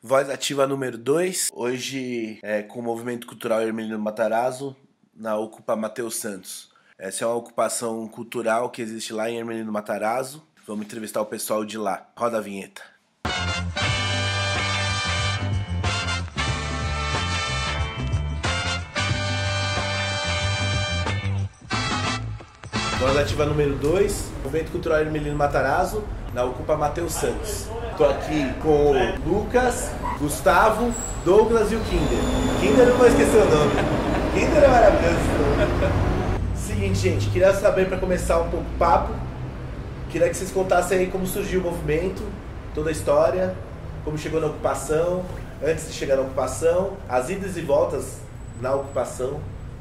Voz Ativa número 2, hoje com o Movimento Cultural Hermelino Matarazzo, na Ocupa Matheus Santos. Essa é uma ocupação cultural que existe lá em Hermelino Matarazzo. Vamos entrevistar o pessoal de lá. Roda a vinheta. Voz Ativa número 2, Movimento Cultural Hermelino Matarazzo, na Ocupa Matheus Santos. Estou aqui com o Lucas, Gustavo, Douglas e o Kinder. Kinder não vou esquecer o nome. Kinder é maravilhoso. Seguinte, gente, queria saber, para começar um pouco o papo, queria que vocês contassem aí como surgiu o movimento, toda a história, como chegou na ocupação, antes de chegar na ocupação, as idas e voltas na ocupação.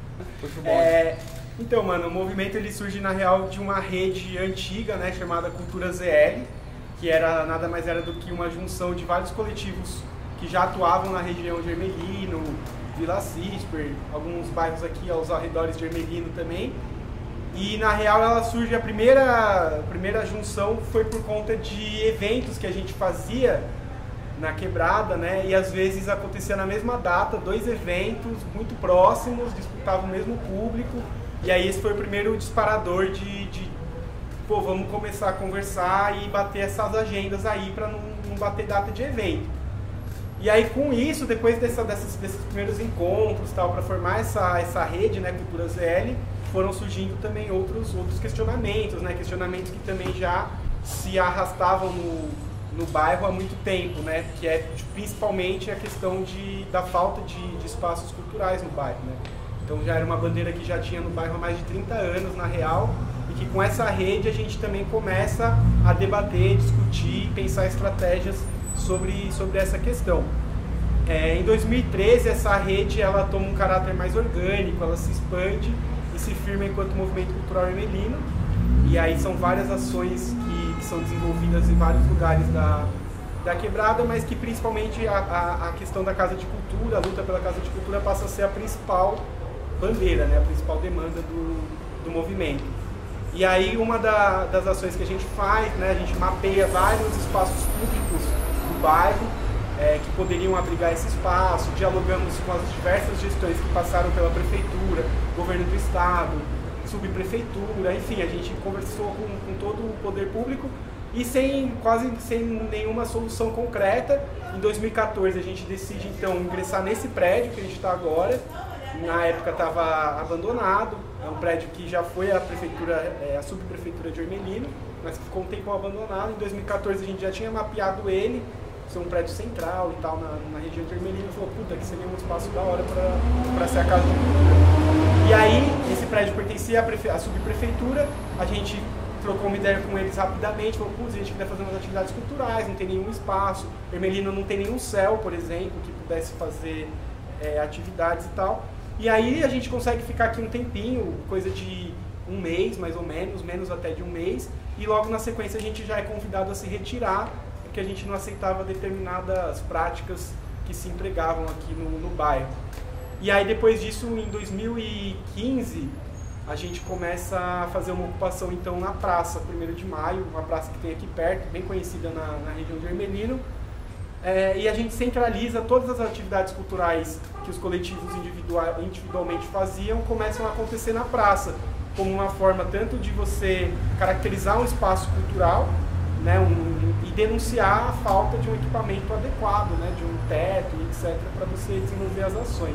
Então, mano, o movimento ele surge na real de uma rede antiga, né, chamada Cultura ZL, que era nada mais era do que uma junção de vários coletivos que já atuavam na região de Hermelino, Vila Cisper, alguns bairros aqui aos arredores de Hermelino também. E na real ela surge, a primeira junção foi por conta de eventos que a gente fazia na quebrada, né? E às vezes acontecia na mesma data, dois eventos muito próximos, disputavam o mesmo público. E aí esse foi o primeiro disparador de vamos começar a conversar e bater essas agendas aí para não bater data de evento. E aí com isso, depois desses primeiros encontros tal, para formar essa rede, né, Cultura ZL, foram surgindo também outros questionamentos, né, questionamentos que também já se arrastavam no bairro há muito tempo, né, que é principalmente a questão da falta de espaços culturais no bairro, né. Então já era uma bandeira que já tinha no bairro há mais de 30 anos, na real, e que com essa rede a gente também começa a debater, discutir, pensar estratégias sobre essa questão. Em 2013 essa rede ela toma um caráter mais orgânico, ela se expande e se firma enquanto Movimento Cultural Hermelino, e aí são várias ações que são desenvolvidas em vários lugares da quebrada, mas que principalmente a questão da Casa de Cultura, a luta pela Casa de Cultura passa a ser a principal bandeira, né, a principal demanda do movimento. E aí uma das ações que a gente faz, né, a gente mapeia vários espaços públicos do bairro que poderiam abrigar esse espaço, dialogamos com as diversas gestões que passaram pela prefeitura, governo do estado, subprefeitura, enfim, a gente conversou com todo o poder público e quase sem nenhuma solução concreta. Em 2014 a gente decide então ingressar nesse prédio que a gente está agora. Na época estava abandonado, é um prédio que já foi a subprefeitura de Hermelino, mas que ficou um tempo abandonado. Em 2014 a gente já tinha mapeado ele, ser um prédio central e tal na região de Hermelino, e falou, puta, que seria um espaço da hora para ser a Casa de Cultura. E aí, esse prédio pertencia à subprefeitura, a gente trocou uma ideia com eles rapidamente, falou, putz, a gente queria fazer umas atividades culturais, não tem nenhum espaço, Hermelino não tem nenhum céu, por exemplo, que pudesse fazer atividades e tal. E aí a gente consegue ficar aqui um tempinho, coisa de um mês mais ou menos até de um mês, e logo na sequência a gente já é convidado a se retirar, porque a gente não aceitava determinadas práticas que se empregavam aqui no bairro. E aí depois disso, em 2015, a gente começa a fazer uma ocupação então na praça, 1º de Maio, uma praça que tem aqui perto, bem conhecida na região de Hermelino. E a gente centraliza todas as atividades culturais que os coletivos individualmente faziam, começam a acontecer na praça, como uma forma tanto de você caracterizar um espaço cultural, né, e denunciar a falta de um equipamento adequado, né, de um teto, etc., para você desenvolver as ações.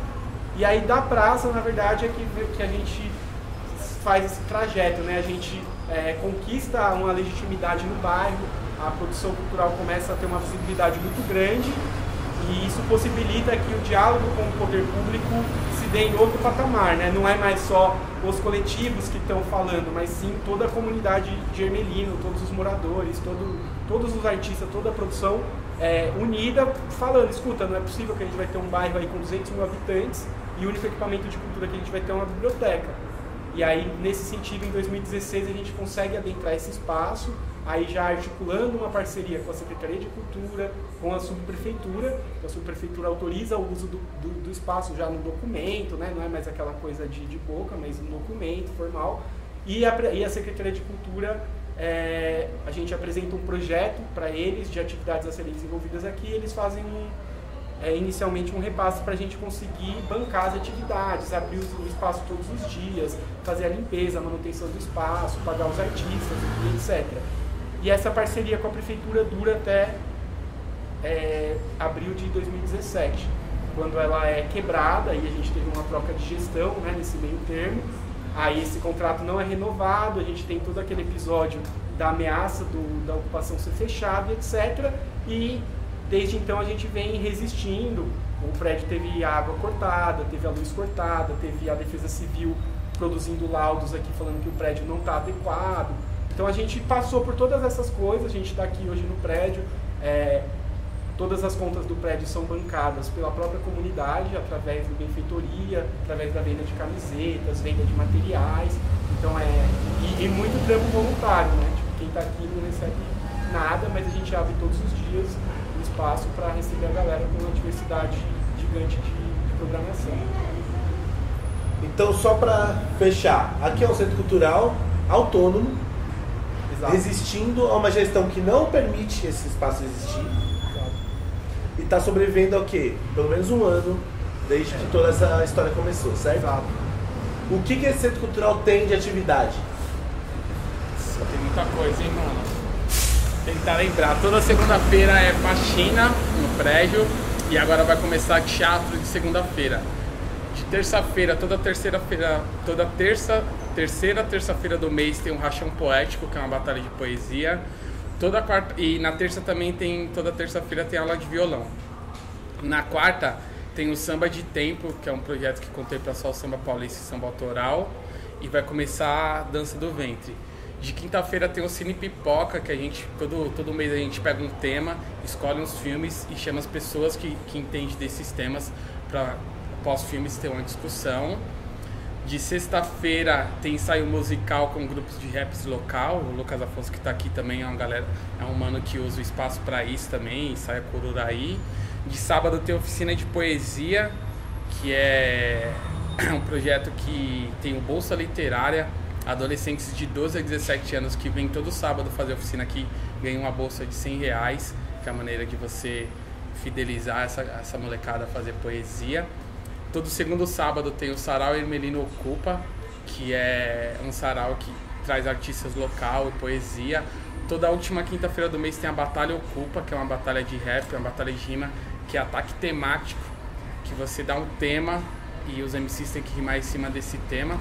E aí da praça, na verdade, é que a gente faz esse trajeto, né, a gente conquista uma legitimidade no bairro, a produção cultural começa a ter uma visibilidade muito grande e isso possibilita que o diálogo com o poder público se dê em outro patamar, né? Não é mais só os coletivos que estão falando, mas sim toda a comunidade de Hermelino, todos os moradores, todos os artistas, toda a produção unida, falando, escuta, não é possível que a gente vai ter um bairro aí com 200 mil habitantes e o único equipamento de cultura que a gente vai ter é uma biblioteca. E aí, nesse sentido, em 2016 a gente consegue adentrar esse espaço, aí já articulando uma parceria com a Secretaria de Cultura, com a Subprefeitura. A Subprefeitura autoriza o uso do espaço já no documento, né? Não é mais aquela coisa de boca, mas no documento formal. E a Secretaria de Cultura a gente apresenta um projeto para eles de atividades a serem desenvolvidas aqui, e eles fazem inicialmente um repasse para a gente conseguir bancar as atividades, abrir o espaço todos os dias, fazer a limpeza, a manutenção do espaço, pagar os artistas e etc. E essa parceria com a prefeitura dura até abril de 2017, quando ela é quebrada, e a gente teve uma troca de gestão, né, nesse meio termo. Aí esse contrato não é renovado, a gente tem todo aquele episódio da ameaça da ocupação ser fechada, etc. E desde então a gente vem resistindo. O prédio teve a água cortada, teve a luz cortada, teve a Defesa Civil produzindo laudos aqui falando que o prédio não está adequado. Então a gente passou por todas essas coisas, a gente está aqui hoje no prédio. Todas as contas do prédio são bancadas pela própria comunidade, através da benfeitoria, através da venda de camisetas, venda de materiais. Então e muito trampo voluntário, né? Tipo, quem está aqui não recebe nada, mas a gente abre todos os dias o espaço para receber a galera com uma diversidade gigante de programação. Então, só para fechar, aqui é um centro cultural autônomo, exato, resistindo a uma gestão que não permite esse espaço existir. E está sobrevivendo ao quê? Pelo menos um ano, desde que toda essa história começou, certo? Exato. O que esse centro cultural tem de atividade? Tem muita coisa, hein, mano? Tentar lembrar. Toda segunda-feira é faxina no prédio e agora vai começar teatro de segunda-feira. De terça-feira, toda terça-feira do mês tem um rachão poético, que é uma batalha de poesia. Toda quarta, e na terça também toda terça-feira tem aula de violão. Na quarta tem o Samba de Tempo, que é um projeto que contempla só o samba paulista e samba autoral, e vai começar a dança do ventre. De quinta-feira tem o Cine Pipoca, que a gente, todo mês a gente pega um tema, escolhe uns filmes e chama as pessoas que entendem desses temas para, após filmes, ter uma discussão. De sexta-feira tem ensaio musical com grupos de raps local. O Lucas Afonso, que está aqui também, é um mano que usa o espaço para isso também, ensaia Cururaí. De sábado tem oficina de poesia, que é um projeto que tem o Bolsa Literária. Adolescentes de 12 a 17 anos que vêm todo sábado fazer oficina aqui ganham uma bolsa de R$100, que é a maneira de você fidelizar essa molecada a fazer poesia. Todo segundo sábado tem o Sarau Hermelino Ocupa, que é um sarau que traz artistas local e poesia. Toda última quinta-feira do mês tem a Batalha Ocupa, que é uma batalha de rap, uma batalha de rima, que é ataque temático, que você dá um tema e os MCs têm que rimar em cima desse tema.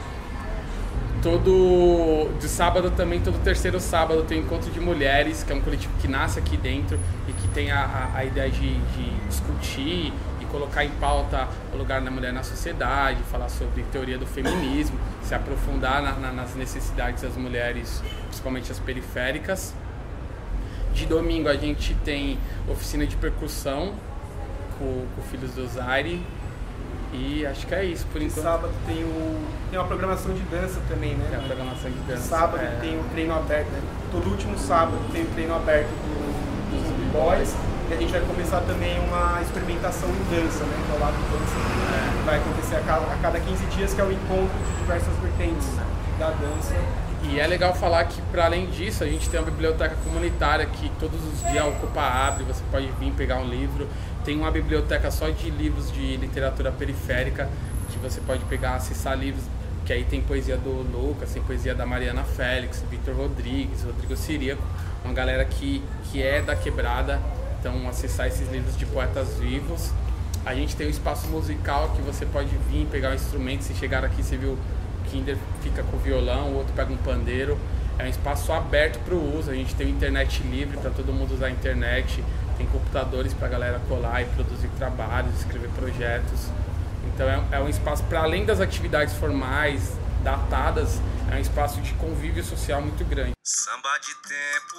De sábado também, todo terceiro sábado tem o Encontro de Mulheres, que é um coletivo que nasce aqui dentro e que tem a ideia de discutir e colocar em pauta o lugar da mulher na sociedade, falar sobre teoria do feminismo, se aprofundar nas necessidades das mulheres, principalmente as periféricas. De domingo a gente tem oficina de percussão com Filhos do Zaire. E acho que é isso, por enquanto. Sábado tem uma programação de dança também, né? Tem a programação de dança. Sábado tem o treino aberto, né? Todo último sábado tem o treino aberto dos B-Boys. E a gente vai começar também uma experimentação em dança, né? Que é o lado dança. Vai acontecer a cada 15 dias, que é o encontro de diversas vertentes da dança. E é legal falar que, para além disso, a gente tem uma biblioteca comunitária que todos os dias a Ocupa abre, você pode vir pegar um livro. Tem uma biblioteca só de livros de literatura periférica, que você pode pegar, acessar livros, que aí tem poesia do Lucas, tem poesia da Mariana Félix, Vitor Rodrigues, Rodrigo Ciríaco, uma galera que é da quebrada. Então, acessar esses livros de poetas vivos. A gente tem um espaço musical que você pode vir pegar um instrumento. Se chegar aqui, você viu o Kinder fica com o violão, o outro pega um pandeiro. É um espaço aberto para o uso. A gente tem internet livre para todo mundo usar a internet. Tem computadores para a galera colar e produzir trabalhos, escrever projetos. Então é um espaço, para além das atividades formais, datadas, é um espaço de convívio social muito grande. Samba de tempo,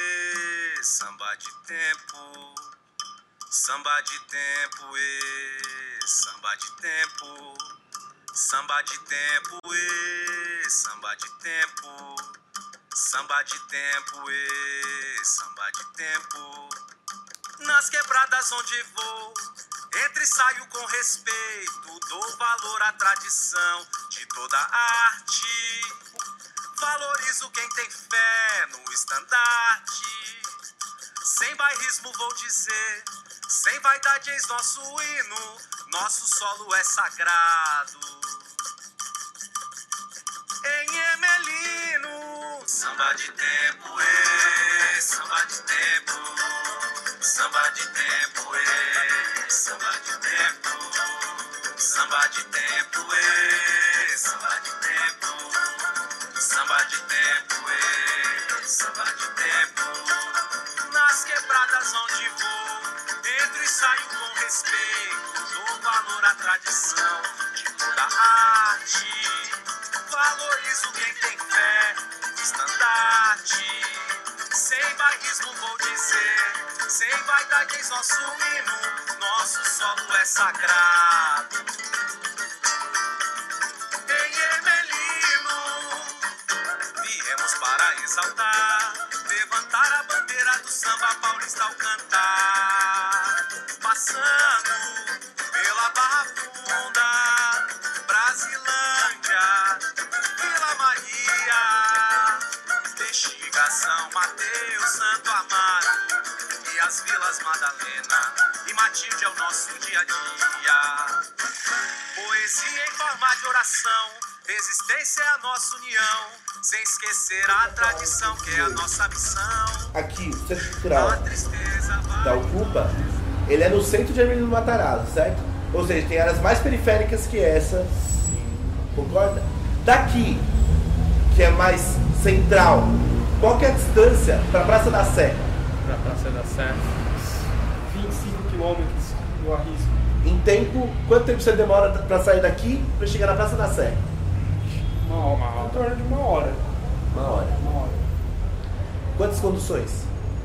samba de tempo. Samba de tempo, samba de tempo. Samba de tempo, samba de tempo. Samba de tempo, samba de tempo. Nas quebradas onde vou, entro e saio com respeito, dou valor à tradição de toda a arte. Valorizo quem tem fé no estandarte. Sem bairrismo vou dizer, sem vaidade eis nosso hino, nosso solo é sagrado. Em Emelino, samba de tempo, samba de tempo, samba de tempo, samba de tempo, samba de tempo, samba de tempo, samba de tempo, samba de tempo. Nas quebradas onde vou, entro e saio com respeito, dou valor à tradição de toda a arte. Valorizo quem tem fé no estandarte. Sem bairrismo vou dizer, sem vaidade eis nosso hino, nosso solo é sagrado. Em Emelino, viemos para exaltar, levantar a bandeira do samba paulista ao cantar. Passando pela Barra Funda, Brasilândia, Vila Maria, Bexiga, São Mateus, Santo Amaro e as Vilas Madalena e Matilde é o nosso dia a dia. Poesia em forma de oração, resistência é a nossa união, sem esquecer a tradição que é a nossa missão. Aqui, o Centro Cultural da Ocupa, ele é no centro de Hermelino Matarazzo, certo? Ou seja, tem áreas mais periféricas que essa. Sim. Concorda? Daqui, que é mais central, qual que é a distância para a Praça da Sé? Para a Praça da Sé, 25 quilômetros, eu arrisco. Em tempo, quanto tempo você demora para sair daqui para chegar na Praça da Sé? Uma hora. Em torno de uma hora. Uma hora. Quantas conduções?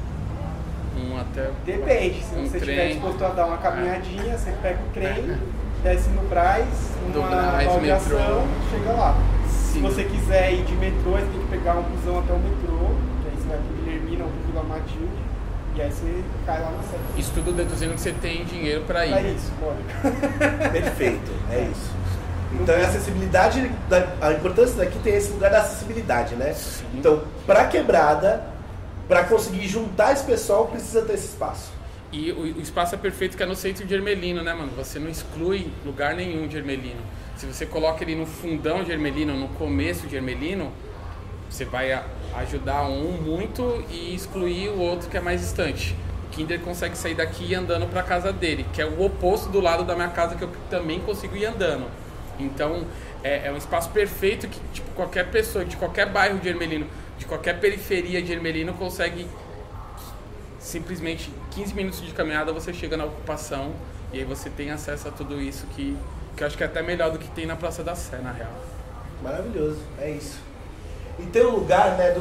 Até... Depende, se você estiver disposto a dar uma caminhadinha, você pega o trem, desce no Brás, uma baldeação, chega lá. Sim. Se você quiser ir de metrô, você tem que pegar um busão até o metrô, que aí você vai pro Guilhermina ou pro Vila Matilde, e aí você cai lá na Sé. Isso tudo deduzindo que você tem dinheiro para ir. É isso, pode. Perfeito, é isso. Então a acessibilidade, a importância daqui tem esse lugar da acessibilidade, né? Sim. Então, para quebrada, para conseguir juntar esse pessoal, precisa ter esse espaço. E o espaço é perfeito que é no centro de Hermelino, né, mano? Você não exclui lugar nenhum de Hermelino. Se você coloca ele no fundão de Hermelino, no começo de Hermelino, você vai ajudar um muito e excluir o outro que é mais distante. O Kinder consegue sair daqui andando para casa dele, que é o oposto do lado da minha casa, que eu também consigo ir andando. Então, é um espaço perfeito que tipo, qualquer pessoa de qualquer bairro de Hermelino, de qualquer periferia de Hermelino, consegue simplesmente 15 minutos de caminhada, você chega na ocupação e aí você tem acesso a tudo isso que eu acho que é até melhor do que tem na Praça da Sé, na real. Maravilhoso, é isso. E tem um lugar, né,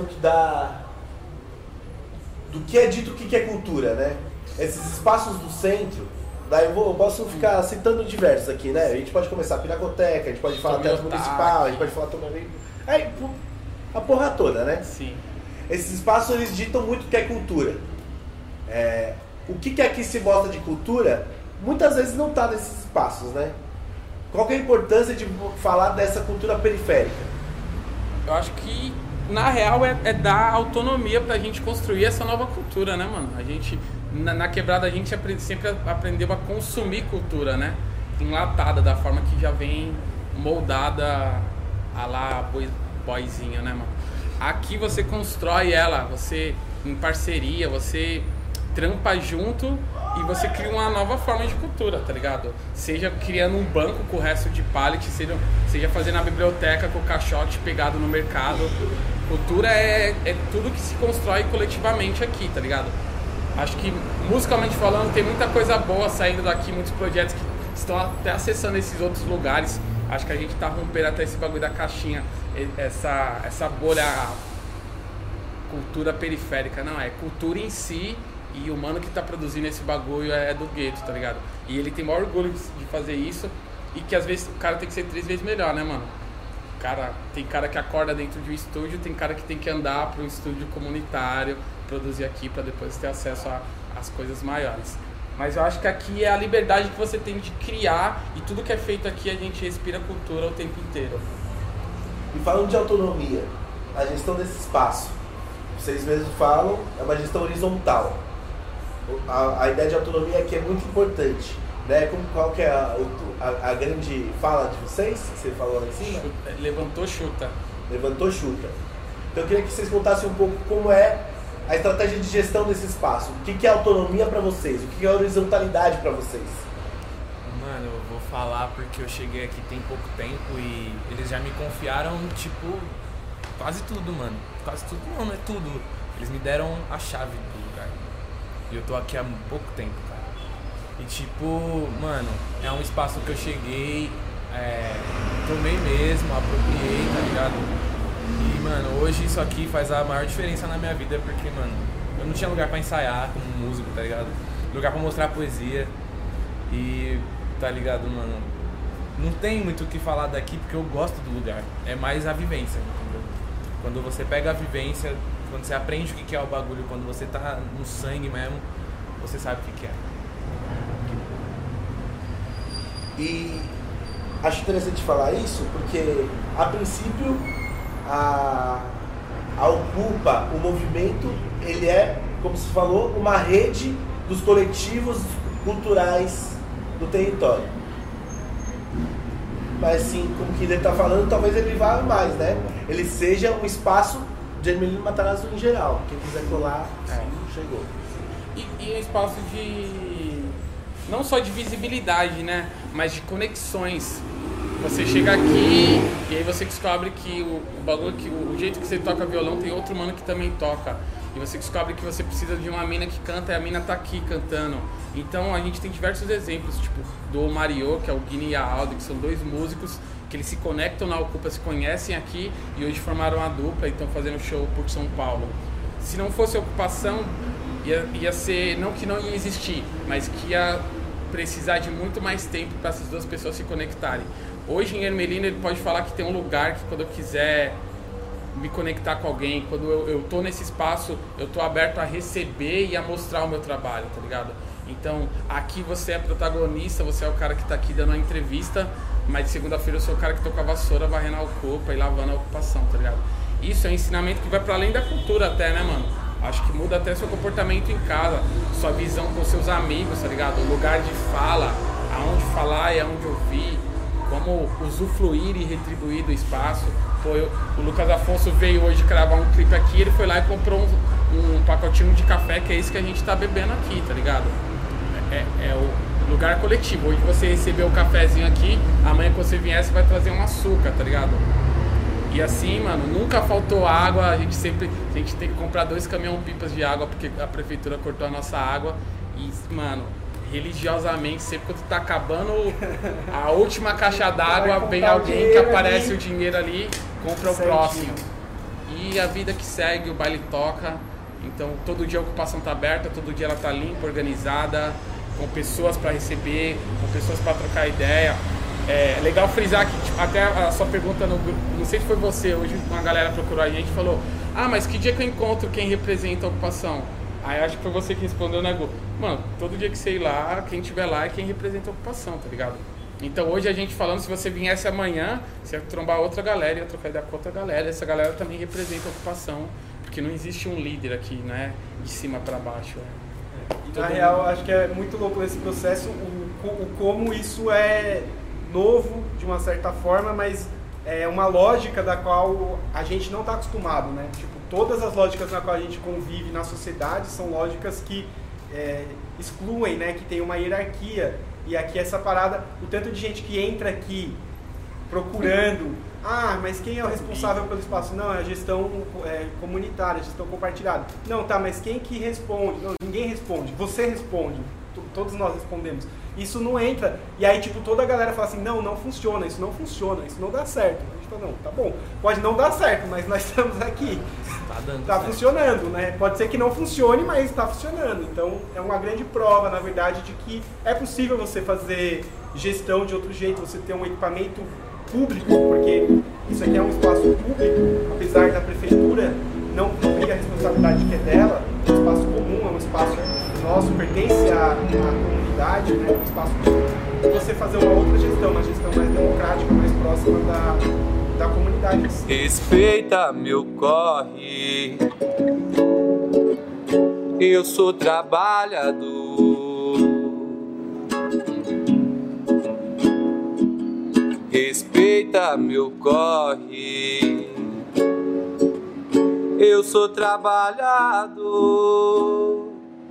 do que é dito o que é cultura, né? Esses espaços do centro. Daí eu posso ficar citando diversos aqui, né? A gente pode começar a Pinacoteca, a gente pode falar Teatro Municipal, a gente pode falar também... a porra toda, né? Sim. Esses espaços, eles ditam muito o que é cultura. O que aqui se mostra de cultura, muitas vezes não está nesses espaços, né? Qual que é a importância de falar dessa cultura periférica? Eu acho que, na real, é dar autonomia pra gente construir essa nova cultura, né, mano? A gente... Na quebrada a gente sempre aprendeu a consumir cultura, né? Enlatada, da forma que já vem moldada a lá boizinha, né, mano? Aqui você constrói ela, você em parceria, você trampa junto e você cria uma nova forma de cultura, tá ligado? Seja criando um banco com o resto de pallet, seja fazendo a biblioteca com o caixote pegado no mercado. Cultura é tudo que se constrói coletivamente aqui, tá ligado? Acho que, musicalmente falando, tem muita coisa boa saindo daqui, muitos projetos que estão até acessando esses outros lugares. Acho que a gente tá rompendo até esse bagulho da caixinha, essa bolha, cultura periférica. Não, é cultura em si, e o mano que tá produzindo esse bagulho é do gueto, tá ligado? E ele tem o maior orgulho de fazer isso, e que às vezes o cara tem que ser 3 vezes melhor, né, mano? Tem cara que acorda dentro de um estúdio, tem cara que tem que andar para um estúdio comunitário, produzir aqui para depois ter acesso às coisas maiores. Mas eu acho que aqui é a liberdade que você tem de criar, e tudo que é feito aqui a gente respira cultura o tempo inteiro. E falando de autonomia, a gestão desse espaço? Vocês mesmos falam, é uma gestão horizontal. A ideia de autonomia aqui é muito importante. Né? Qual que é a grande fala de vocês? Você falou lá em cima? Levantou, chuta. Levantou, chuta. Então eu queria que vocês contassem um pouco como é a estratégia de gestão desse espaço. O que é autonomia para vocês? O que é horizontalidade para vocês? Mano, eu vou falar porque eu cheguei aqui tem pouco tempo e eles já me confiaram, tipo, quase tudo, mano. Quase tudo não é tudo. Eles me deram a chave do lugar. E eu tô aqui há pouco tempo, cara. E tipo, mano, é um espaço que eu cheguei, tomei mesmo, apropriei, tá ligado? E, mano, hoje isso aqui faz a maior diferença na minha vida porque, mano, eu não tinha lugar pra ensaiar como músico, tá ligado? Lugar pra mostrar poesia e, tá ligado, mano? Não tem muito o que falar daqui porque eu gosto do lugar, é mais a vivência, entendeu? Quando você pega a vivência, quando você aprende o que é o bagulho, quando você tá no sangue mesmo, você sabe o que é. E acho interessante falar isso porque, a princípio, a Ocupa, o movimento, ele é, como se falou, uma rede dos coletivos culturais do território. Mas sim, como que ele está falando, talvez ele vá mais, né? Ele seja um espaço de Hermelino Matarazzo em geral. Quem quiser colar, chegou. E é um espaço não só de visibilidade, né? Mas de conexões. Você chega aqui e aí você descobre que o jeito que você toca violão tem outro mano que também toca. E você descobre que você precisa de uma mina que canta e a mina tá aqui cantando. Então a gente tem diversos exemplos, tipo do Mario, que é o Guini e a Aldo, que são dois músicos que eles se conectam na Ocupa, se conhecem aqui e hoje formaram uma dupla e estão fazendo show por São Paulo. Se não fosse a ocupação, ia ser, não que não ia existir, mas que ia precisar de muito mais tempo para essas duas pessoas se conectarem. Hoje em Hermelino ele pode falar que tem um lugar que quando eu quiser me conectar com alguém, quando eu tô nesse espaço, eu tô aberto a receber e a mostrar o meu trabalho, tá ligado? Então, aqui você é protagonista, você é o cara que tá aqui dando uma entrevista, mas de segunda-feira eu sou o cara que tô com a vassoura varrendo a Ocupa e lavando a ocupação, tá ligado? Isso é um ensinamento que vai para além da cultura até, né, mano? Acho que muda até seu comportamento em casa, sua visão com seus amigos, tá ligado? O lugar de fala, aonde falar e aonde ouvir, como usufruir e retribuir do espaço. Pô, o Lucas Afonso veio hoje gravar um clipe aqui, ele foi lá e comprou um pacotinho de café, que é isso que a gente tá bebendo aqui, tá ligado? É o lugar coletivo. Hoje você recebeu o cafezinho aqui, amanhã que você vier, você vai trazer um açúcar, tá ligado? E assim, mano, nunca faltou água, a gente tem que comprar 2 caminhão-pipas de água, porque a prefeitura cortou a nossa água. E, mano, religiosamente, sempre quando tá acabando a última caixa d'água, vem alguém que aparece ali, o dinheiro ali, compra o próximo. E a vida que segue, o baile toca. Então, todo dia a ocupação tá aberta, todo dia ela tá limpa, organizada, com pessoas para receber, com pessoas para trocar ideia. É legal frisar que, tipo, até a sua pergunta no grupo, não sei se foi você, hoje uma galera procurou a gente e falou: ah, mas que dia que eu encontro quem representa a ocupação? Aí acho que foi você que respondeu, né, Gu? Mano, todo dia que você ir lá, quem estiver lá é quem representa a ocupação, tá ligado? Então hoje a gente falando, se você viesse amanhã, você ia trombar outra galera, ia trocar ideia com outra galera, essa galera também representa a ocupação, porque não existe um líder aqui, né, de cima pra baixo. E na real, acho que é muito louco nesse processo o como isso é novo, de uma certa forma, mas é uma lógica da qual a gente não está acostumado, né? Tipo, todas as lógicas na qual a gente convive na sociedade são lógicas que excluem, né? Que tem uma hierarquia. E aqui essa parada, o tanto de gente que entra aqui procurando, mas quem é o responsável pelo espaço? Não, é a gestão comunitária, a gestão compartilhada. Não, tá, mas quem que responde? Não, ninguém responde, você responde, todos nós respondemos. Isso não entra, e aí tipo, toda a galera fala assim, não funciona, isso não dá certo. A gente fala, não, tá bom, pode não dar certo, mas nós estamos aqui, tá funcionando, né? Pode ser que não funcione, mas está funcionando. Então é uma grande prova, na verdade, de que é possível você fazer gestão de outro jeito, você ter um equipamento público, porque isso aqui é um espaço público, apesar da prefeitura não cumprir a responsabilidade que é dela, é um espaço comum, é um espaço nosso, pertence à comunidade, né? Um espaço de você fazer uma outra gestão, uma gestão mais democrática, mais próxima da comunidade. Respeita meu corre, eu sou trabalhador. Respeita meu corre, eu sou trabalhador.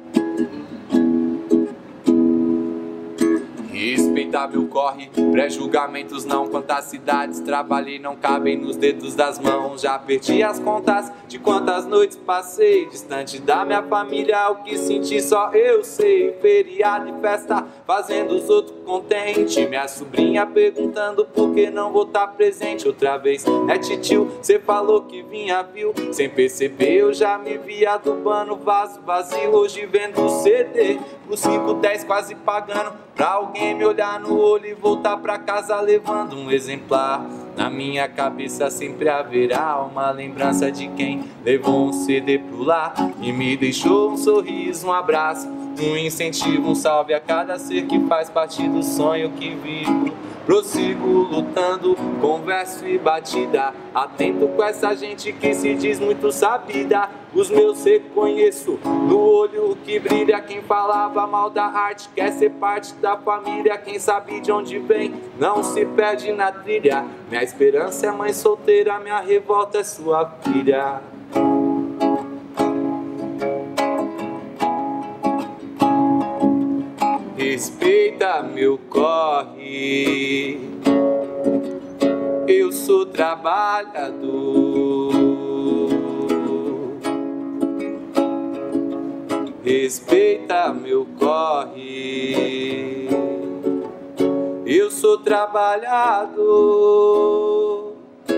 Respeita meu corre, pré-julgamentos não. Quantas cidades trabalhei não cabem nos dedos das mãos. Já perdi as contas de quantas noites passei distante da minha família. O que senti só eu sei. Feriado e festa fazendo os outros contentes. Minha sobrinha perguntando por que não vou estar presente outra vez. É titio, cê falou que vinha, viu? Sem perceber eu já me vi adubando vaso vazio. Hoje vendo o CD, os 5, 10 quase pagando pra alguém me olhar no olho e voltar pra casa levando um exemplar. Na minha cabeça sempre haverá uma lembrança de quem levou um CD pro lar e me deixou um sorriso, um abraço, um incentivo, um salve a cada ser que faz parte do sonho que vivo. Prossigo lutando com verso e batida, atento com essa gente que se diz muito sabida. Os meus reconheço no olho que brilha. Quem falava mal da arte quer ser parte da família. Quem sabe de onde vem não se perde na trilha. Minha esperança é mãe solteira, minha revolta é sua filha. Respeita meu corre, eu sou trabalhador. Respeita meu corre, eu sou trabalhador.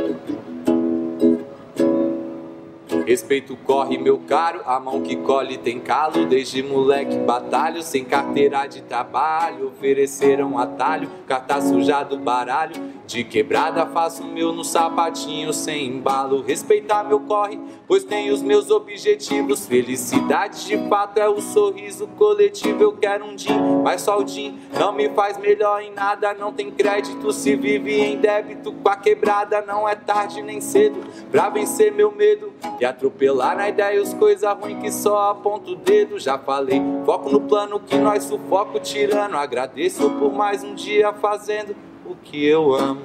Respeito corre, meu caro, a mão que colhe tem calo. Desde moleque batalho, sem carteira de trabalho. Ofereceram atalho, carta sujado baralho. De quebrada faço o meu no sapatinho sem embalo. Respeitar meu corre, pois tenho os meus objetivos. Felicidade de fato é o sorriso coletivo. Eu quero um din, mas só o din não me faz melhor em nada. Não tem crédito, se vive em débito com a quebrada. Não é tarde nem cedo pra vencer meu medo e atropelar na ideia os coisa ruim que só aponta o dedo. Já falei, foco no plano que nós sufoca o tirano. Agradeço por mais um dia fazendo o que eu amo.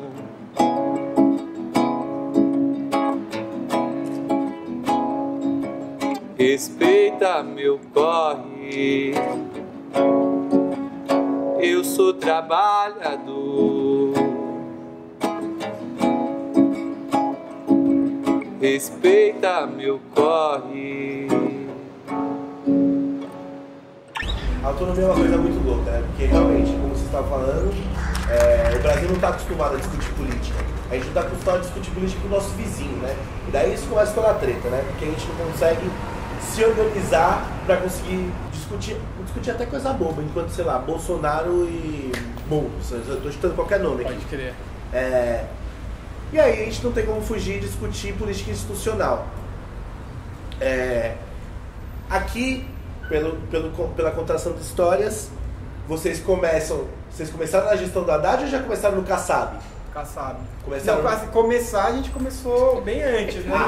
Respeita meu corre, eu sou trabalhador. Respeita meu corre. A autonomia é uma coisa muito louca, né? Porque realmente, como você estava falando, o Brasil não está acostumado a discutir política. A gente não está acostumado a discutir política com o nosso vizinho, né? E daí isso começa toda a treta, né? Porque a gente não consegue se organizar para conseguir discutir até coisa boba, enquanto, sei lá, Bolsonaro e Boulos. Eu estou chutando qualquer nome aqui. Pode crer. E aí a gente não tem como fugir de discutir política institucional. Aqui, pela contação de histórias, vocês começaram na gestão do Haddad ou já começaram no Kassab? Kassab. Começaram... Não, começar a gente começou bem antes, né?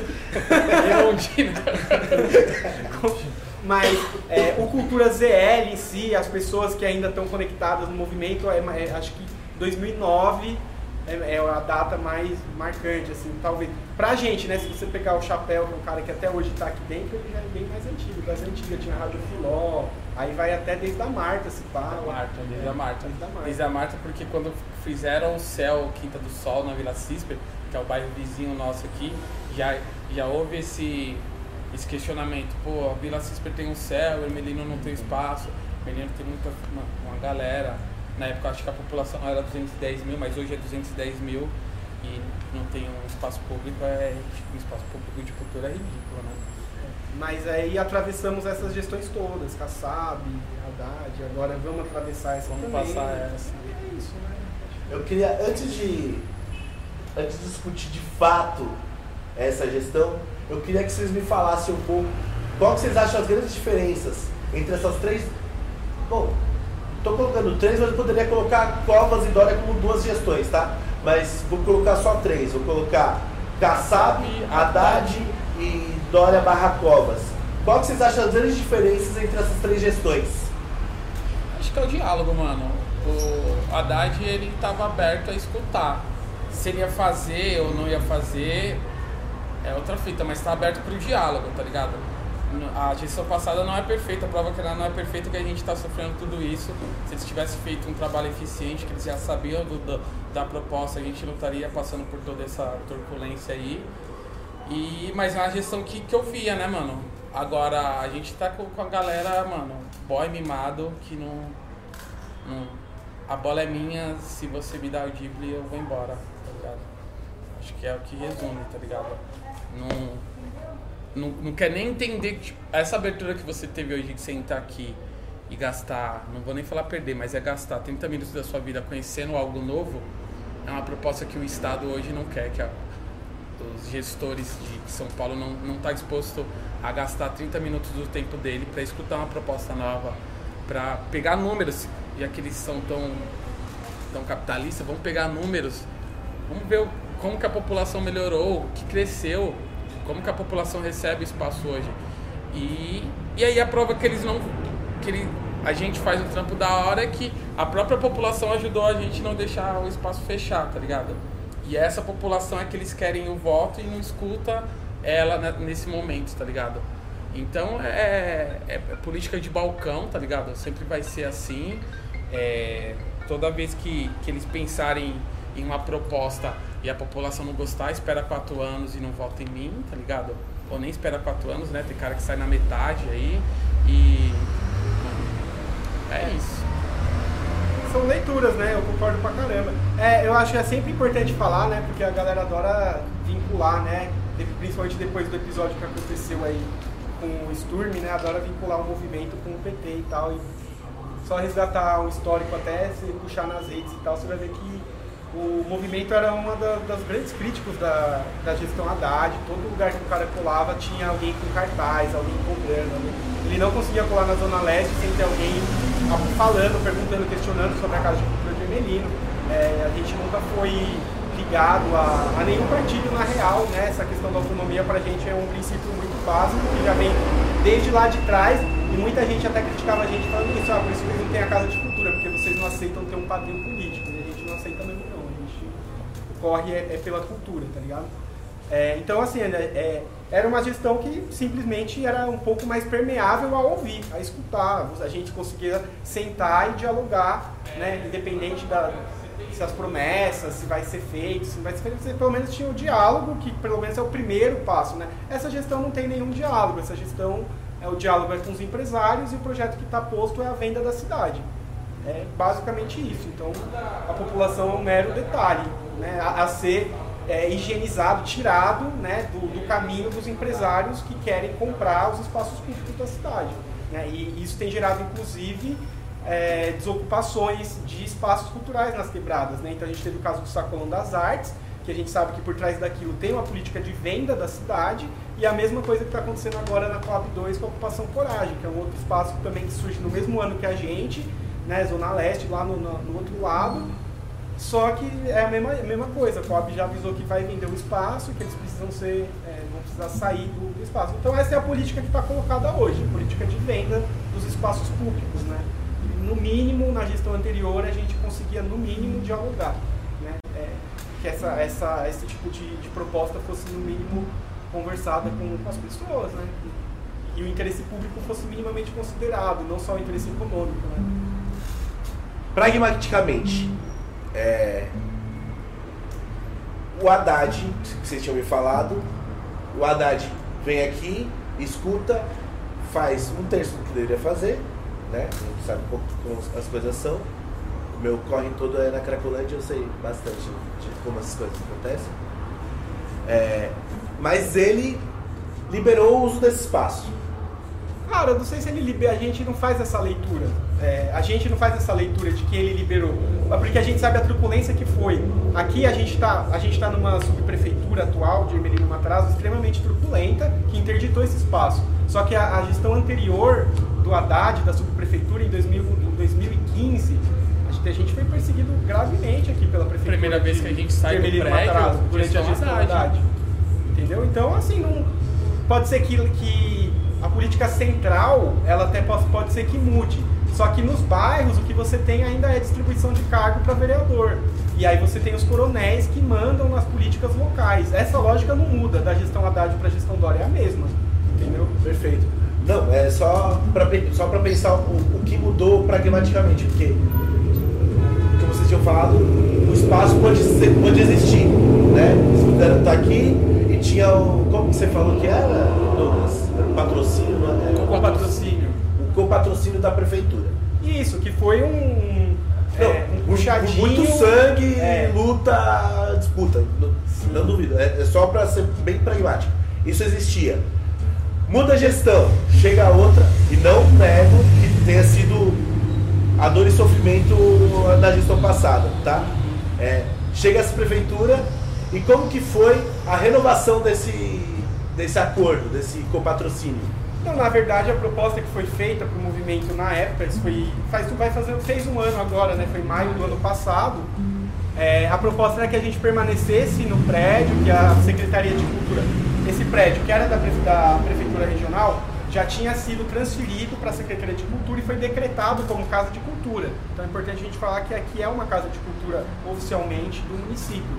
Mas o Cultura ZL em si, as pessoas que ainda estão conectadas no movimento, acho que 2009 é a data mais marcante, assim, talvez. Pra gente, né, se você pegar o Chapéu, que é um cara que até hoje tá aqui dentro, ele já é bem mais antigo, das antigas, tinha a Rádio Filó, aí vai até desde a Marta, se pá. Desde a Marta, porque quando fizeram o Céu, Quinta do Sol, na Vila Cisper, que é o bairro vizinho nosso aqui, já houve esse questionamento. Pô, a Vila Cisper tem um céu, o Ermelino não tem espaço, o Ermelino tem uma galera. Na época acho que a população era 210 mil, mas hoje é 210 mil e não tem um espaço público, um espaço público de cultura ridículo, né? Mas aí atravessamos essas gestões todas, Kassab, Haddad, agora vamos atravessar essa também. Vamos passar essa. É isso, né? Eu queria, antes de discutir de fato essa gestão, eu queria que vocês me falassem um pouco qual que vocês acham as grandes diferenças entre essas três. Bom, estou colocando três, mas eu poderia colocar Covas e Dória como duas gestões, tá? mas vou colocar só 3. Vou colocar Kassab, Haddad e Dória / Covas. Qual que vocês acham as grandes diferenças entre essas 3 gestões? Acho que é o diálogo, mano. O Haddad, ele tava aberto a escutar. Se ele ia fazer ou não ia fazer, é outra fita, mas tá aberto pro diálogo, tá ligado? A gestão passada não é perfeita, a prova que ela não é perfeita, que a gente tá sofrendo tudo isso. Se eles tivessem feito um trabalho eficiente, que eles já sabiam da proposta, a gente não estaria passando por toda essa turbulência aí. Mas é uma gestão que eu via, né, mano? Agora, a gente tá com a galera, mano, boy mimado, que não... A bola é minha, se você me dá o drible, eu vou embora, tá ligado? Acho que é o que resume, tá ligado? Não quer nem entender que, tipo, essa abertura que você teve hoje de sentar aqui e gastar, não vou nem falar perder, mas é gastar 30 minutos da sua vida conhecendo algo novo, é uma proposta que o Estado hoje não quer, que os gestores de São Paulo não tá disposto a gastar 30 minutos do tempo dele para escutar uma proposta nova, para pegar números, já que eles são tão capitalistas, vamos pegar números, vamos ver como que a população melhorou, o que cresceu, como que a população recebe espaço hoje. E aí a prova que a gente faz o trampo da hora é que a própria população ajudou a gente não deixar o espaço fechar, tá ligado? E essa população é que eles querem o voto e não escuta ela nesse momento, tá ligado? Então é política de balcão, tá ligado? Sempre vai ser assim. Toda vez que eles pensarem em uma proposta e a população não gostar, espera 4 anos e não vota em mim, tá ligado? Ou nem espera 4 anos, né? Tem cara que sai na metade aí e... é isso. São leituras, né? Eu concordo pra caramba. Eu acho que é sempre importante falar, né? Porque a galera adora vincular, né? Principalmente depois do episódio que aconteceu aí com o Sturm, né? Adora vincular o movimento com o PT e tal. E só resgatar um histórico até, se puxar nas redes e tal, você vai ver que o movimento era uma das grandes críticos da gestão Haddad. Todo lugar que o cara colava tinha alguém com cartaz, alguém cobrando. Ele não conseguia colar na Zona Leste sem ter alguém falando, perguntando, questionando sobre a Casa de Cultura de Ermelino. A gente nunca foi ligado a nenhum partido na real, né? Essa questão da autonomia pra gente é um princípio muito básico, que já vem desde lá de trás, e muita gente até criticava a gente falando isso, por isso que eles não têm a Casa de Cultura, porque vocês não aceitam ter um padrinho político, e a gente não aceita mesmo não, o corre é pela cultura, tá ligado? Então assim, era uma gestão que simplesmente era um pouco mais permeável a ouvir, a escutar, a gente conseguia sentar e dialogar, né? Independente se as promessas, se vai ser feito, se não vai ser feito, você pelo menos tinha o diálogo, que pelo menos é o primeiro passo, né? Essa gestão não tem nenhum diálogo, essa gestão, o diálogo é com os empresários e o projeto que está posto é a venda da cidade. É basicamente isso. Então a população é um mero detalhe, né? A ser higienizado, tirado, né, do caminho dos empresários que querem comprar os espaços públicos da cidade, né? E isso tem gerado inclusive desocupações de espaços culturais nas quebradas, né? Então a gente teve o caso do Sacolão das Artes, que a gente sabe que por trás daquilo tem uma política de venda da cidade, e a mesma coisa que está acontecendo agora na Coab 2 com a Ocupação Coragem, que é um outro espaço também que surge no mesmo ano que a gente, né, Zona Leste, lá no outro lado, só que é a mesma coisa. A Coab já avisou que vai vender o espaço, que eles precisam vão precisar sair do espaço. Então essa é a política que está colocada hoje, a política de venda dos espaços públicos, né? No mínimo, na gestão anterior, a gente conseguia, no mínimo, dialogar, né? Que esse tipo de proposta fosse, no mínimo, conversada com as pessoas, né? E o interesse público fosse minimamente considerado, não só o interesse econômico, né? Pragmaticamente, o Haddad, que vocês tinham me falado, o Haddad vem aqui, escuta, faz 1/3 do que deveria fazer, né? A gente sabe um pouco como as coisas são. O meu corre todo é na Cracolândia, eu sei bastante de como essas coisas acontecem. Mas ele liberou o uso desse espaço. Cara, eu não sei se ele libera, a gente não faz essa leitura. A gente não faz essa leitura de que ele liberou, porque a gente sabe a truculência que foi. Aqui a gente tá numa subprefeitura atual de Ermelino Matarazzo extremamente truculenta, que interditou esse espaço. Só que a gestão anterior do Haddad, da subprefeitura, em 2015, A gente foi perseguido gravemente aqui pela prefeitura. Primeira vez que a gente sai do prédio, durante a gestão Haddad. Entendeu? Então, assim, não, pode ser que a política central, ela até pode ser que mude. Só que nos bairros, o que você tem ainda é distribuição de cargo para vereador. E aí você tem os coronéis que mandam nas políticas locais. Essa lógica não muda da gestão Haddad para a gestão Dória, é a mesma. Entendeu? Perfeito. Não, é só para pensar o que mudou pragmaticamente, porque, como vocês tinham falado, o espaço pode existir, né? Vocês puderam estar aqui e tinha como que você falou que era, Douglas? Era o patrocínio, né? O patrocínio. O copatrocínio da prefeitura. Isso, que foi um puxadinho. Muito sangue, luta, disputa, não duvido. É só para ser bem pragmático. Isso existia. Muda a gestão, chega a outra, e não nego que tenha sido a dor e sofrimento da gestão passada, tá? Chega essa prefeitura, e como que foi a renovação desse acordo, desse copatrocínio? Então, na verdade, a proposta que foi feita para o movimento na época, isso fez um ano agora, né? Foi em maio do ano passado. A proposta era que a gente permanecesse no prédio, que a Secretaria de Cultura, esse prédio que era da Prefeitura Regional, já tinha sido transferido para a Secretaria de Cultura e foi decretado como Casa de Cultura. Então é importante a gente falar que aqui é uma Casa de Cultura oficialmente do município.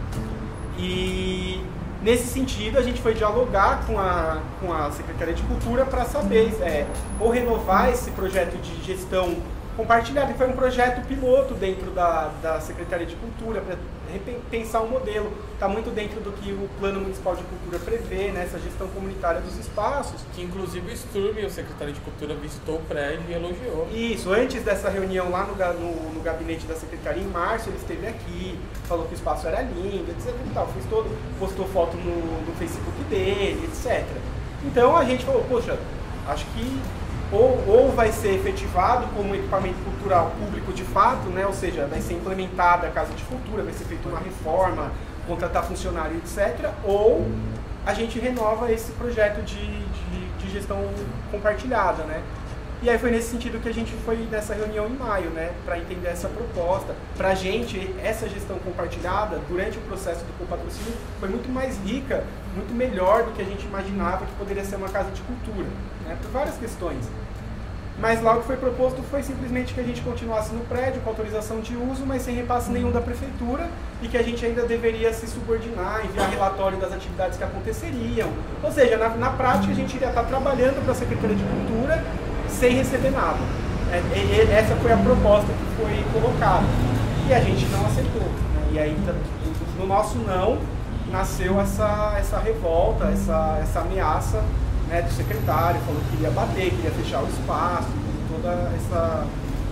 E nesse sentido a gente foi dialogar com a Secretaria de Cultura para saber ou renovar esse projeto de gestão compartilhado, que foi um projeto piloto dentro da Secretaria de Cultura, para repensar o modelo. Está muito dentro do que o Plano Municipal de Cultura prevê, né, essa gestão comunitária dos espaços. Que inclusive o Sturm, o secretário de Cultura, visitou o prédio e elogiou. Isso, antes dessa reunião lá no gabinete da Secretaria, em março, ele esteve aqui, falou que o espaço era lindo, etc. E tal, postou foto no Facebook dele, etc. Então a gente falou, poxa, acho que ou vai ser efetivado como equipamento cultural público de fato, né? Ou seja, vai ser implementada a Casa de Cultura, vai ser feita uma reforma, contratar funcionário, etc. Ou a gente renova esse projeto de gestão compartilhada, né? E aí foi nesse sentido que a gente foi nessa reunião em maio, né? Para entender essa proposta. Para a gente, essa gestão compartilhada, durante o processo do copatrocínio, foi muito mais rica, muito melhor do que a gente imaginava que poderia ser uma casa de cultura, né? Por várias questões. Mas lá o que foi proposto foi simplesmente que a gente continuasse no prédio com autorização de uso, mas sem repasse nenhum da prefeitura, e que a gente ainda deveria se subordinar, enviar relatório das atividades que aconteceriam. Ou seja, na prática a gente iria estar trabalhando para a Secretaria de Cultura sem receber nada. Essa foi a proposta que foi colocada. E a gente não aceitou, né? E aí, no nosso não, nasceu essa revolta, essa ameaça, né, do secretário, falou que iria bater, que iria fechar o espaço, toda essa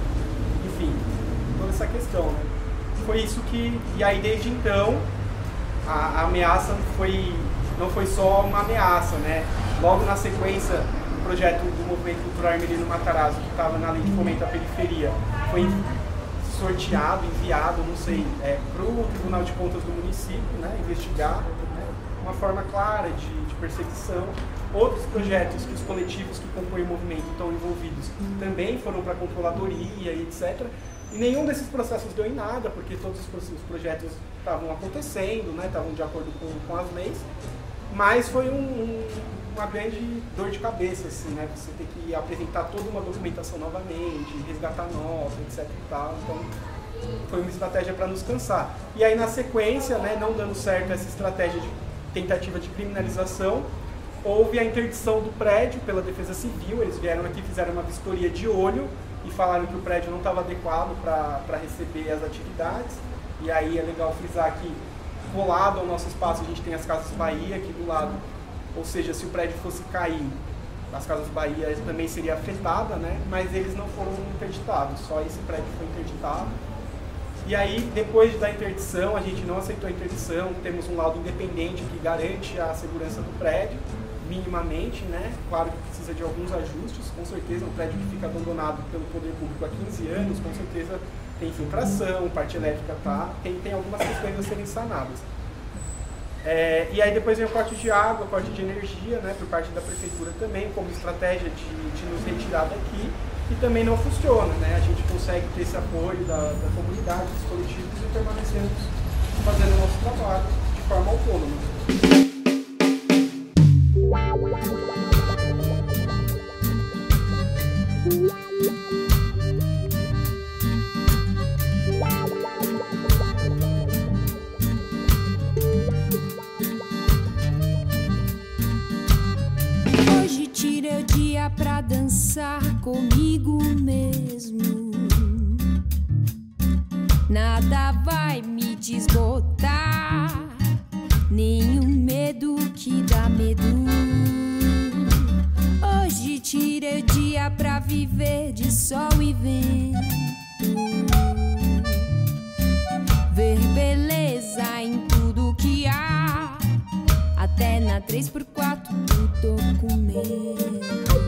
questão, né? Foi isso que... E aí, desde então, a ameaça não foi só uma ameaça, né? Logo na sequência, o projeto do Movimento Cultural Hermelino Matarazzo, que estava na Lei de Fomento à Periferia, foi sorteado, enviado, não sei, para o Tribunal de Contas do município, né, investigar, né, uma forma clara de perseguição. Outros projetos que os coletivos que compõem o movimento estão envolvidos também foram para a controladoria e etc. E nenhum desses processos deu em nada, porque todos os projetos estavam acontecendo, né, estavam de acordo com as leis, mas foi uma grande dor de cabeça, assim, né? Você ter que apresentar toda uma documentação novamente, resgatar nota, etc e tal. Então, foi uma estratégia para nos cansar. E aí, na sequência, né, não dando certo essa estratégia de tentativa de criminalização, houve a interdição do prédio pela Defesa Civil. Eles vieram aqui, fizeram uma vistoria de olho e falaram que o prédio não estava adequado para receber as atividades. E aí é legal frisar que, colado ao nosso espaço, a gente tem as Casas Bahia aqui do lado. Ou seja, se o prédio fosse cair, as Casas Bahia também seria afetada, né? Mas eles não foram interditados, só esse prédio foi interditado. E aí, depois da interdição, a gente não aceitou a interdição, temos um laudo independente que garante a segurança do prédio, minimamente, né? Claro que precisa de alguns ajustes, com certeza, um prédio que fica abandonado pelo poder público há 15 anos, com certeza tem infiltração, parte elétrica tem algumas questões a serem sanadas. E aí depois vem o corte de água, corte de energia, né, por parte da prefeitura também, como estratégia de nos retirar daqui. e também não funciona, né? A gente consegue ter esse apoio da comunidade, dos coletivos e permanecemos fazendo o nosso trabalho de forma autônoma. Hoje tirei o dia pra dançar comigo mesmo. Nada vai me desbotar, nenhum medo que dá medo. Hoje tirei o dia pra viver de sol e vento, ver beleza em tudo que há, até na 3x4 do documento.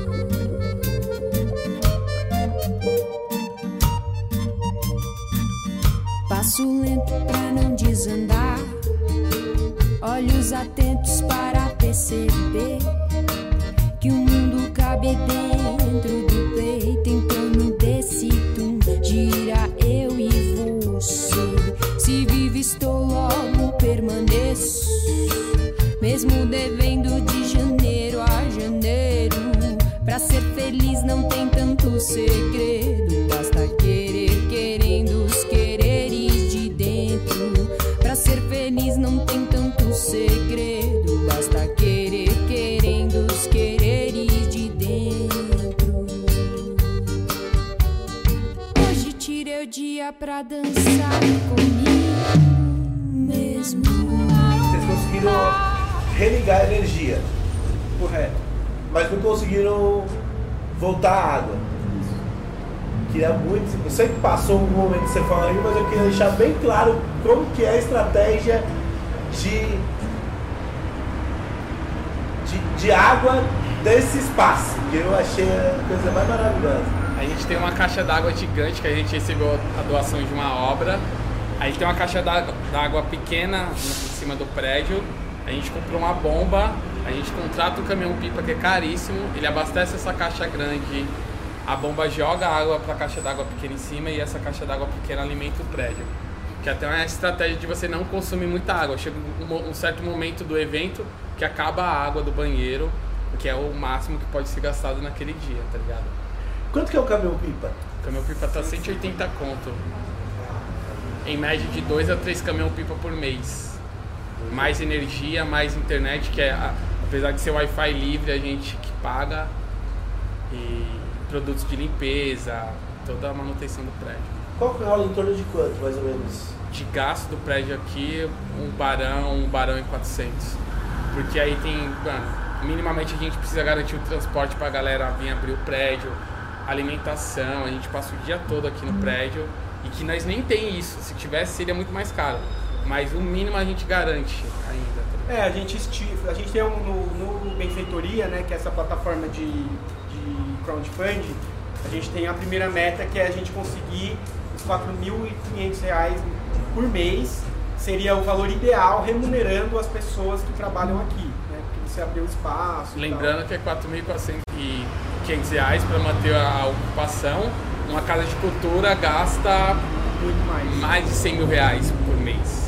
Passo lento pra não desandar, olhos atentos para perceber que o mundo cabe dentro do peito. Em torno desse tum gira eu e você. Se vivo estou, logo permaneço, mesmo devendo de janeiro a janeiro. Pra ser feliz não tem tanto segredo, basta querer, querendo os quereres de dentro. Pra ser feliz não tem tanto segredo, basta querer, querendo os quereres de dentro. Hoje tirei o dia pra dançar comigo mesmo. Vocês conseguiram religar a energia, Correto. mas não conseguiram voltar à água. Queria muito, eu sei que passou um momento que você falou aí, mas eu queria deixar bem claro como que é a estratégia de água desse espaço, que eu achei a coisa mais maravilhosa. A gente tem uma caixa d'água gigante que a gente recebeu a doação de uma obra. Aí tem uma caixa d'água pequena em cima do prédio. A gente comprou uma bomba, a gente contrata o caminhão-pipa que é caríssimo, ele abastece essa caixa grande, a bomba joga água para a caixa d'água pequena em cima e essa caixa d'água pequena alimenta o prédio. Que até é uma estratégia de você não consumir muita água. Chega um certo momento do evento que acaba a água do banheiro, que é o máximo que pode ser gastado naquele dia, tá ligado? Quanto que é o caminhão-pipa? O caminhão-pipa tá 180 conto. Em média de 2 a 3 caminhão-pipa por mês. Mais energia, mais internet, que é, apesar de ser Wi-Fi livre, a gente que paga. E produtos de limpeza, toda a manutenção do prédio. Qual que rola em torno de quanto, mais ou menos? De gasto do prédio aqui, um barão e 400. Porque aí tem, mano, minimamente a gente precisa garantir o transporte pra galera vir abrir o prédio, alimentação, a gente passa o dia todo aqui no prédio. E que nós nem tem isso, se tivesse seria muito mais caro. Mas o mínimo a gente garante ainda. A gente tem no Benfeitoria, né, que é essa plataforma de crowdfunding, a gente tem a primeira meta que é a gente conseguir os R$4.500 por mês, seria o valor ideal remunerando as pessoas que trabalham aqui, né, porque você abriu espaço. Lembrando que é R$4.500 para manter a ocupação. Uma casa de cultura gasta muito mais de R$100.000 por mês.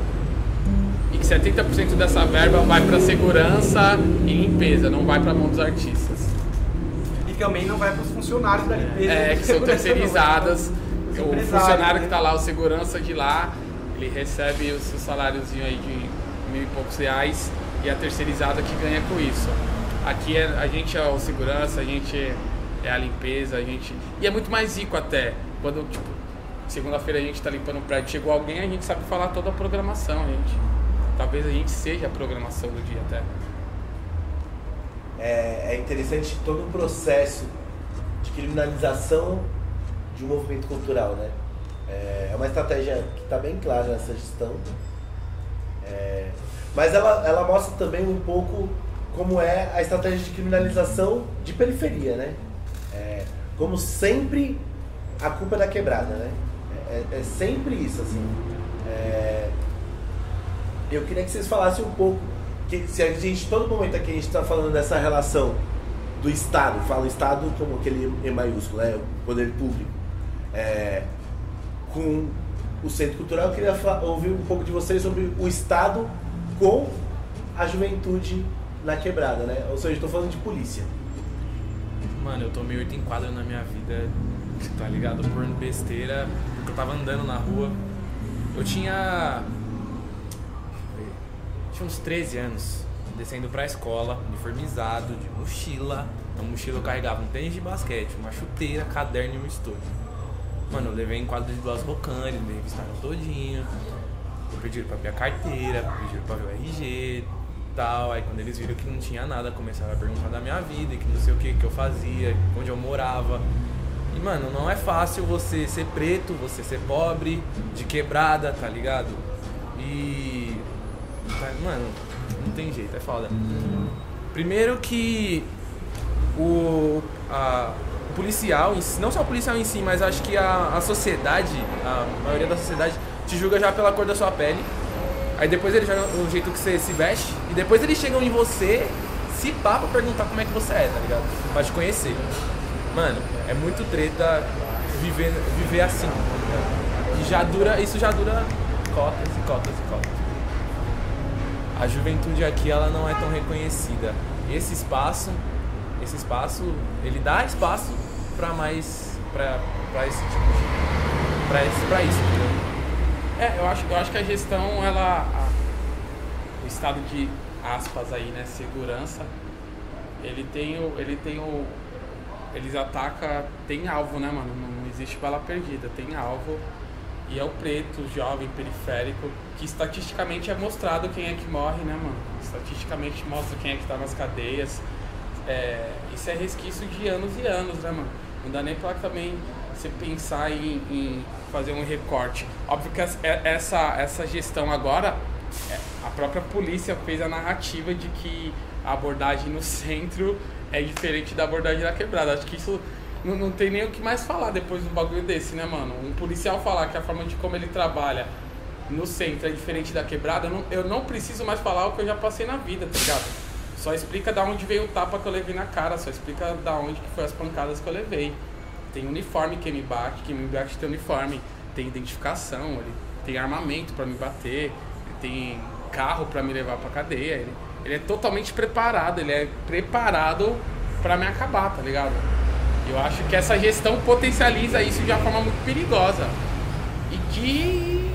E que 70% dessa verba vai para segurança e limpeza, não vai para a mão dos artistas. E também não vai para os funcionários da limpeza. Que são terceirizadas. Não, o funcionário que está lá, o segurança de lá, ele recebe o seu saláriozinho aí de R$1.000 e poucos e a terceirizada que ganha com isso. Aqui a gente é o segurança, a gente é a limpeza, a gente... E é muito mais rico até. Quando, tipo, segunda-feira a gente tá limpando o prédio, chegou alguém, a gente sabe falar toda a programação, gente. Talvez a gente seja a programação do dia até. É interessante todo o processo de criminalização de um movimento cultural, né? É uma estratégia que está bem clara nessa gestão. Mas ela mostra também um pouco como é a estratégia de criminalização de periferia, né? Como sempre, a culpa é da quebrada, né? É sempre isso, assim. Eu queria que vocês falassem um pouco, que se a gente, todo momento aqui a gente está falando dessa relação do Estado, falo Estado como aquele E maiúsculo, né? O poder público, com o Centro Cultural. Eu queria ouvir um pouco de vocês sobre o Estado com a juventude na quebrada, né? Ou seja, estou falando de polícia. Mano, eu tomei 8 enquadros na minha vida, tá ligado? Por besteira, porque eu tava andando na rua. Eu tinha uns 13 anos, descendo pra escola, uniformizado, de mochila. Na mochila eu carregava um tênis de basquete, uma chuteira, caderno e um estojo. Mano, eu levei enquadro de 2 rocanas, me revistaram todinho. Eu pedi pra ver a carteira, pedi pra ver o RG, tal. Aí quando eles viram que não tinha nada, começaram a perguntar da minha vida, que não sei o que eu fazia, onde eu morava. E mano, não é fácil você ser preto, você ser pobre, de quebrada, tá ligado? E mano, não tem jeito, é foda. Primeiro que o policial, não só o policial em si, mas acho que a sociedade, a maioria da sociedade te julga já pela cor da sua pele. Aí depois eles jogam o jeito que você se veste. E depois eles chegam em você, se pá, pra perguntar como é que você é, tá ligado? Pra te conhecer. Mano, é muito treta viver assim, tá ligado? E isso já dura cotas e cotas e cotas. A juventude aqui, ela não é tão reconhecida. Esse espaço, ele dá espaço pra mais, pra esse tipo de... pra isso, entendeu? Eu acho que a gestão, o estado de aspas aí, né, segurança, eles atacam, tem alvo, né, mano, não existe bala perdida, tem alvo, e é o preto, o jovem, periférico, que estatisticamente é mostrado quem é que morre, né, mano, estatisticamente mostra quem é que tá nas cadeias, isso é resquício de anos e anos, né, mano, não dá nem pra também você pensar em fazer um recorte. Óbvio que essa gestão agora, a própria polícia fez a narrativa de que a abordagem no centro é diferente da abordagem na quebrada. Acho que isso não tem nem o que mais falar depois de um bagulho desse, né, mano? Um policial falar que a forma de como ele trabalha no centro é diferente da quebrada, eu não preciso mais falar o que eu já passei na vida, tá ligado? Só explica da onde veio o tapa que eu levei na cara, só explica da onde que foi as pancadas que eu levei. Tem uniforme quem me bate tem uniforme, tem identificação, ele tem armamento pra me bater, ele tem carro pra me levar pra cadeia, ele é totalmente preparado, ele é preparado pra me acabar, tá ligado? Eu acho que essa gestão potencializa isso de uma forma muito perigosa e que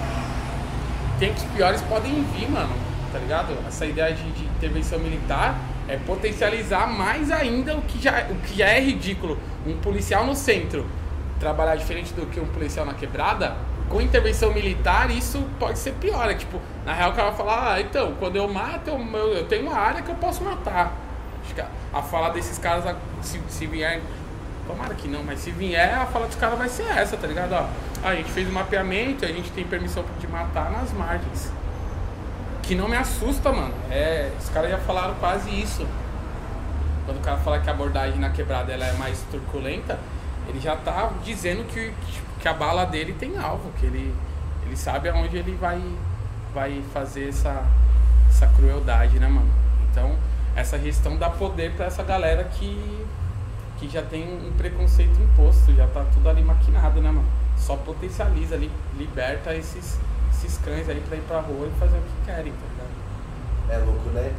tempos piores podem vir, mano, tá ligado? Essa ideia de intervenção militar é potencializar mais ainda o que já é ridículo. Um policial no centro trabalhar diferente do que um policial na quebrada, com intervenção militar isso pode ser pior. É tipo, na real o cara vai falar, então, quando eu mato, eu tenho uma área que eu posso matar. Acho que a fala desses caras, se vier, tomara que não, mas se vier, a fala dos caras vai ser essa, tá ligado? Ó, a gente fez um mapeamento e a gente tem permissão de matar nas margens. Que não me assusta, mano. Os caras já falaram quase isso. Quando o cara fala que a abordagem na quebrada ela é mais turbulenta, ele já tá dizendo que a bala dele tem alvo, que ele sabe aonde ele vai fazer essa crueldade, né, mano? Então, essa gestão dá poder pra essa galera que já tem um preconceito imposto, já tá tudo ali maquinado, né, mano? Só potencializa, liberta esses cães aí pra ir pra rua e fazer o que querem, tá ligado? É louco, né?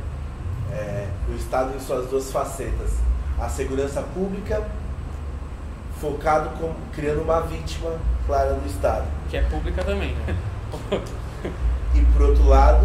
O Estado em suas duas facetas. A segurança pública, focado criando uma vítima clara do Estado. Que é pública também, né? E por outro lado,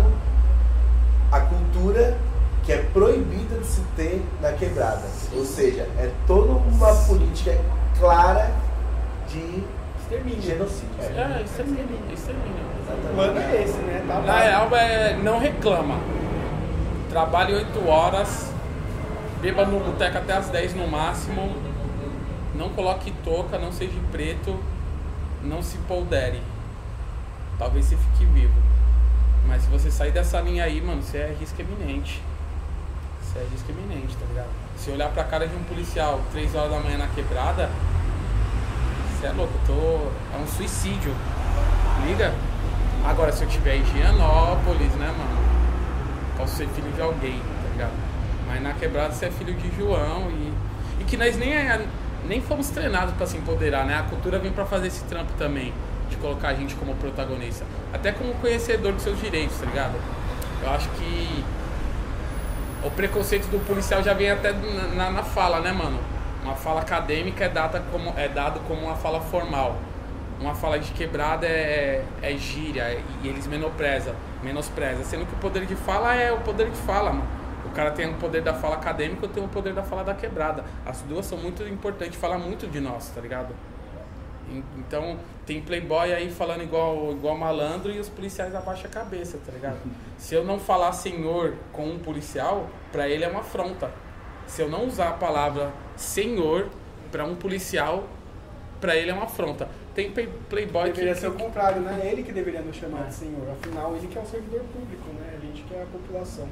a cultura que é proibida de se ter na quebrada. Ou seja, é toda uma política clara de extermínio. Genocídio. Extermínio. O plano é esse, né? Tá na real, não reclama. Trabalhe 8 horas, beba no boteco até as 10 no máximo, não coloque touca, não seja preto, não se poldere. Talvez você fique vivo. Mas se você sair dessa linha aí, mano, você é risco iminente. Você é risco iminente, tá ligado? Se olhar pra cara de um policial 3 horas da manhã na quebrada, você é louco, é um suicídio. Liga? Agora, se eu tiver em Higienópolis, né, mano? Posso ser filho de alguém, tá ligado? Mas na quebrada você é filho de João e que nós nem fomos treinados pra se empoderar, né? A cultura vem pra fazer esse trampo também, de colocar a gente como protagonista. Até como conhecedor dos seus direitos, tá ligado? Eu acho que o preconceito do policial já vem até na fala, né, mano? Uma fala acadêmica é dado como uma fala formal. Uma fala de quebrada é gíria e eles menosprezam. Sendo que o poder de fala é o poder de fala, mano. O cara tem o poder da fala acadêmica, eu tenho o poder da fala da quebrada. As duas são muito importantes, falam muito de nós, tá ligado? Então, tem playboy aí falando igual malandro e os policiais abaixam a cabeça, tá ligado? Se eu não falar senhor com um policial, pra ele é uma afronta. Se eu não usar a palavra senhor pra um policial, pra ele é uma afronta. Tem playboy deveria ser o contrário, né? Ele que deveria nos chamar de senhor. Afinal, ele que é o servidor público, né? A gente que é a população.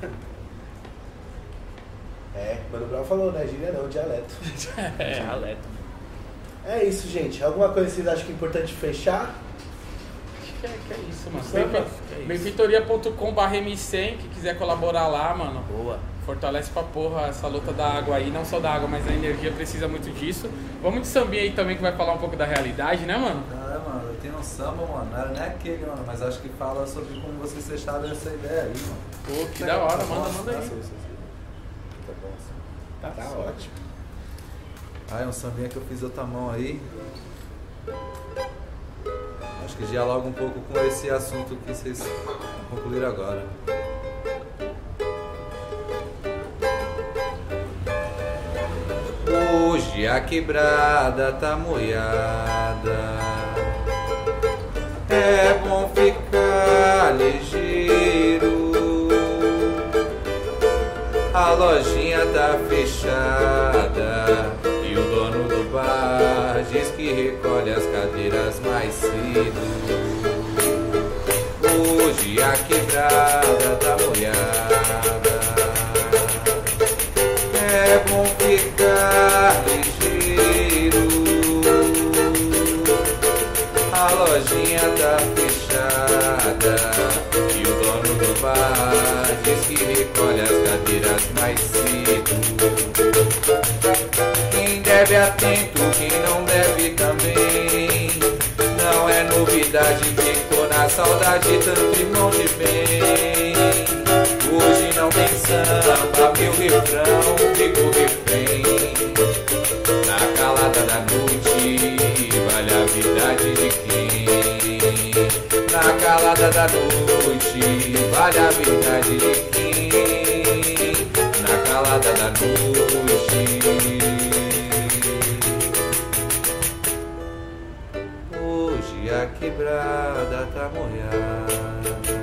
Mano Brown falou, né? Gíria não, dialeto. Dialeto. É isso, gente. Alguma coisa que vocês acham que é importante fechar? Acho que é isso, mano. Benfeitoria.com/M100, que quiser colaborar lá, mano. Boa. Fortalece pra porra essa luta da água aí, não só da água, mas a energia precisa muito disso. Vamos de sambinha aí também, que vai falar um pouco da realidade, né, mano? Mano, eu tenho um samba, mano, não era nem aquele, mano, mas acho que fala sobre como vocês fecharam essa ideia aí, mano. Pô, que da hora, manda aí. Tá bom assim. Tá ótimo. É um sambinha que eu fiz outra mão aí. Acho que dialoga um pouco com esse assunto que vocês concluíram agora. Hoje a quebrada tá molhada, é bom ficar ligeiro. A lojinha tá fechada e o dono do bar diz que recolhe as cadeiras mais cedo. Hoje a quebrada tá molhada, é bom ficar ligeiro. A lojinha tá fechada e o dono do bar diz que recolhe as cadeiras mais cedo. Quem deve atento, quem não deve também. Não é novidade, ficou na saudade tanto irmão de bem. Hoje não tem samba, meu refrão ficou refém. Na calada da noite, vale a verdade de quem? Na calada da noite, vale a verdade de quem? Na calada da noite. Hoje a quebrada tá molhada,